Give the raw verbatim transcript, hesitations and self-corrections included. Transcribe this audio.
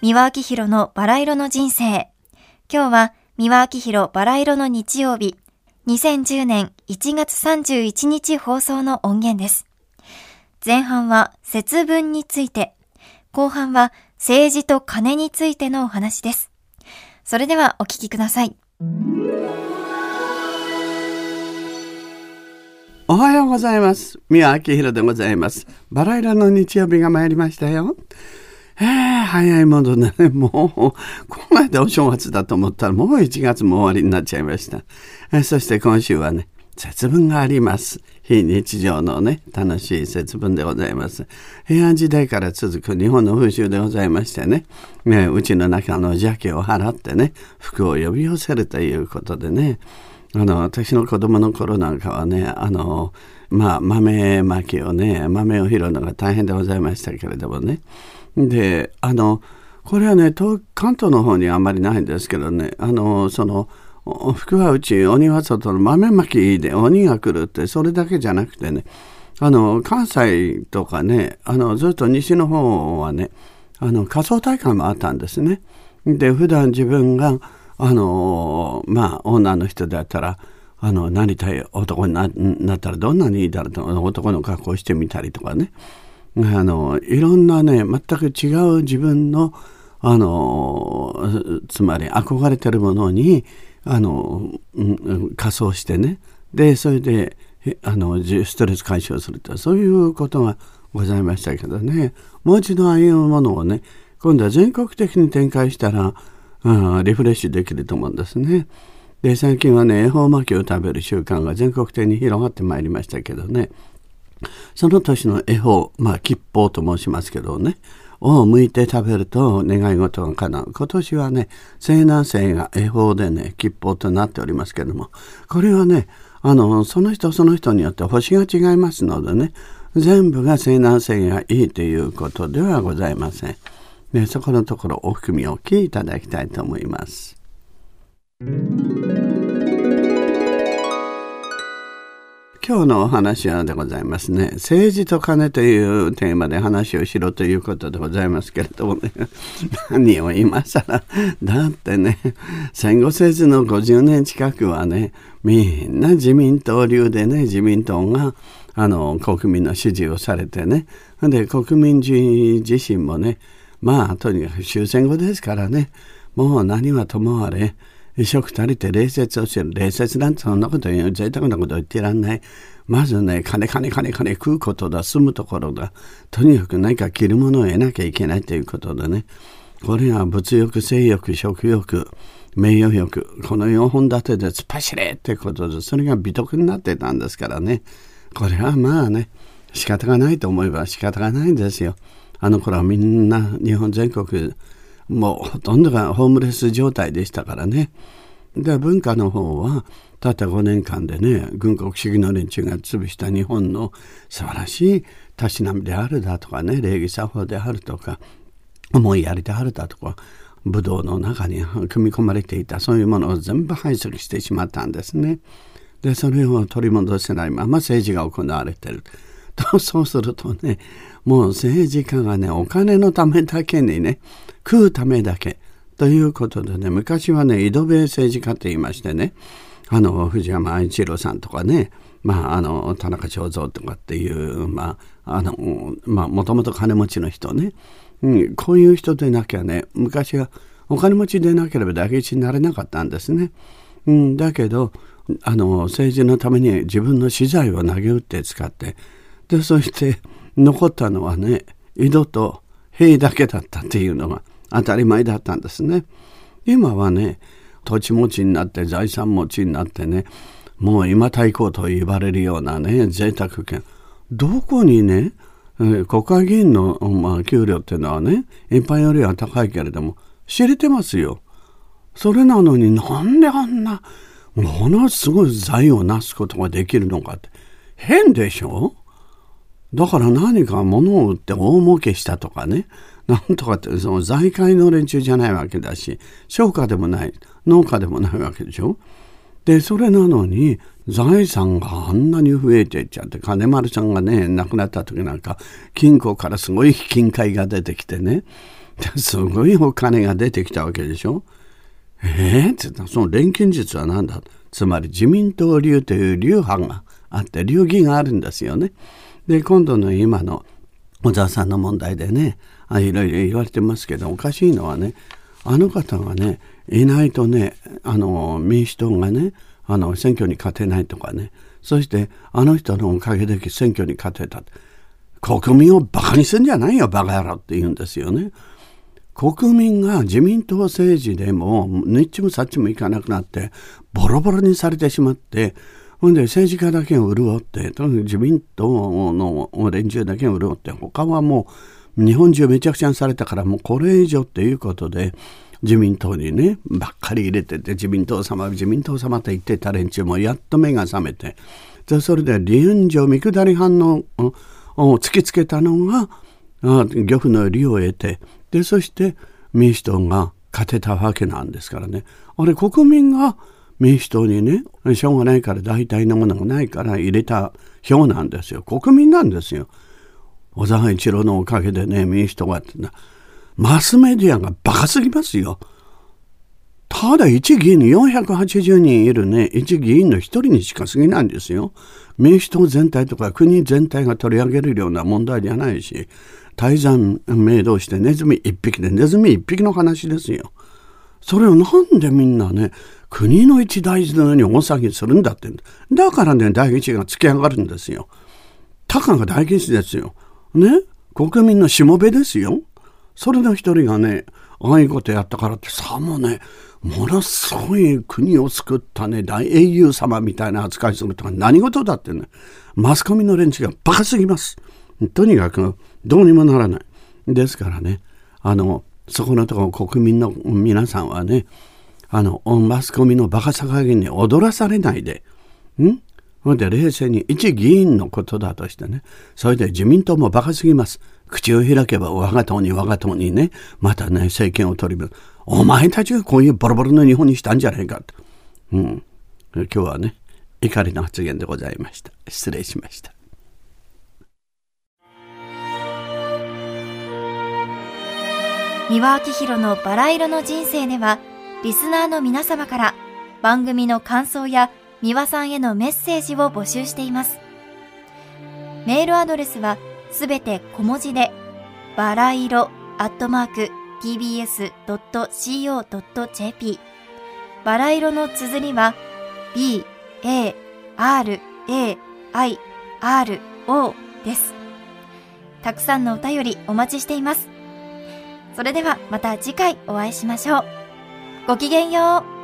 三輪明宏のバラ色の人生。今日は三輪明宏バラ色の日曜日、にせんじゅうねんいちがつさんじゅういちにち放送の音源です。前半は節分について、後半は政治と金についてのお話です。それではお聞きください。 おはようございます。三輪明宏でございます。バラ色の日曜日が参りましたよ。えー、早いものでね、もうこの間お正月だと思ったらもういちがつも終わりになっちゃいました。えー、そして今週はね、節分があります。非日常のね、楽しい節分でございます。平安時代から続く日本の風習でございましてね、ね、うちの中の邪気を払ってね、福を呼び寄せるということでね、あの私の子供の頃なんかはね、あのまあ豆まきをね、豆を拾うのが大変でございましたけれどもね、であのこれはね、東関東の方にはあんまりないんですけどね、あのその福は内鬼は外の豆まきで鬼が来るって、それだけじゃなくてね、あの関西とかね、あのずっと西の方はね、あの仮装大会もあったんですね。で普段自分があのまあ女の人だったらあのなりたい男に な, なったらどんなにいいだろうと、男の格好してみたりとかね、あのいろんなね、全く違う自分のあのつまり憧れてるものにあの、うん、仮装してね、でそれであのストレス解消すると、そういうことがございましたけどね、もう一度ああいうものをね、今度は全国的に展開したら、うん、リフレッシュできると思うんですね。で最近はね、恵方巻きを食べる習慣が全国的に広がってまいりましたけどね、その年の恵方、まあ吉報と申しますけどね、を剥いて食べると願い事が叶う。今年はね、西南西が恵方でね、吉報となっておりますけども、これはね、あのその人その人によって星が違いますのでね、全部が西南西がいいということではございません。でそこのところお含みをお聞きいただきたいと思います。今日のお話はでございますね、政治と金というテーマで話をしろということでございますけれどもね、何を今更だってね、戦後政治のごじゅうねん近くはね、みんな自民党流でね、自民党があの国民の支持をされてね、で国民自身もね、まあとにかく終戦後ですからね、もう何はともあれ食足りて礼節をしてる。礼節なんてそんなこと言う、贅沢なこと言ってらんない。まずね、金金金金食うことだ、住むところだ、とにかく何か着るものを得なきゃいけないということでね、これが物欲、性欲、食欲、名誉欲、このよんほん立てで突っ走れってことで、それが美徳になってたんですからね、これはまあね、仕方がないと思えば仕方がないんですよ。あの頃はみんな日本全国もうほとんどがホームレス状態でしたからね。で文化の方はたったごねんかんでね、軍国主義の連中が潰した日本の素晴らしいたしなみであるだとかね、礼儀作法であるとか思いやりであるだとか、武道の中に組み込まれていたそういうものを全部排斥してしまったんですね。でそれを取り戻せないまま政治が行われていると、そうするとね、もう政治家がね、お金のためだけにね、食うためだけということでね、昔はね、井戸部政治家って言いましてね、あの藤山愛一郎さんとかね、まああの田中正造とかっていうまああのまあもともと金持ちの人ね、うん、こういう人でなきゃね、昔はお金持ちでなければ打撃になれなかったんですね。うん、だけどあの政治のために自分の私財を投げ打って使って、でそして残ったのはね、井戸と兵だけだったっていうのが当たり前だったんですね。今はね、土地持ちになって財産持ちになってね、もう今対抗と言われるようなね、贅沢権、どこにね、国会議員の、まあ、給料っていうのはね、一般よりは高いけれども知れてますよ。それなのになんであんなものすごい財を成すことができるのかって変でしょ。だから何か物を売って大儲けしたとかね、なんとかってその財界の連中じゃないわけだし、商家でもない、農家でもないわけでしょ。でそれなのに財産があんなに増えていっちゃって、金丸さんがね亡くなった時なんか金庫からすごい金塊が出てきてね、 すごいお金が出てきたわけでしょ。えー、って言ったら、その錬金術は何だ。つまり自民党流という流派があって、流儀があるんですよね。で、今度の今の小沢さんの問題でね、あいろいろ言われてますけど、おかしいのはね、あの方がね、いないとね、あの民主党がね、あの選挙に勝てないとかね、そしてあの人のおかげで選挙に勝てた。国民をバカにするんじゃないよ、バカ野郎って言うんですよね。国民が自民党政治でもニッチもサッチもいかなくなってボロボロにされてしまって、ほんで政治家だけを潤って、とにかく自民党の連中だけを潤って、他はもう日本中めちゃくちゃにされたから、もうこれ以上っていうことで自民党にねばっかり入れてて、自民党様自民党様って言ってた連中もやっと目が覚めて、でそれで李雲上見下り反応を突きつけたのが漁夫の利を得て、でそして民主党が勝てたわけなんですからね。あれ国民が民主党にね、しょうがないから代替のものがないから入れた票なんですよ。国民なんですよ。小沢一郎のおかげでね、民主党はってな、マスメディアがバカすぎますよ。ただ一議員によんひゃくはちじゅうにんいるね、一議員の一人にしか過ぎないんですよ。民主党全体とか国全体が取り上げるような問題じゃないし、大山明同してネズミ一匹でネズミ一匹の話ですよ。それをなんでみんなね、国の一大事のように大騒ぎするんだって。だからね、代議士が突き上がるんですよ。たかが代議士ですよ。ね、国民のしもべですよ。それの一人がね、ああいうことやったからってさもね、ものすごい国を救ったね、大英雄様みたいな扱いするとか何事だってね、マスコミの連中がバカすぎます。とにかくどうにもならない。ですからね、あの、そこのところ国民の皆さんはね、あの、マスコミのバカさ加減に踊らされないで、んそれで冷静に一議員のことだとしてね、それで自民党もバカすぎます。口を開けば我が党に我が党にね、またね、政権を取り戻す。お前たちがこういうボロボロの日本にしたんじゃないかと。うん。今日はね、怒りの発言でございました。失礼しました。 三輪明宏のバラ色の人生では、リスナーの皆様から番組の感想や三輪さんへのメッセージを募集しています。メールアドレスはすべて小文字で、バラ色アットマーク ティービーエスドットシーオードットジェーピー。バラ色の綴りは ビー エー アール エー アイ アール オー です。たくさんのお便りお待ちしています。それではまた次回お会いしましょう。ごきげんよう。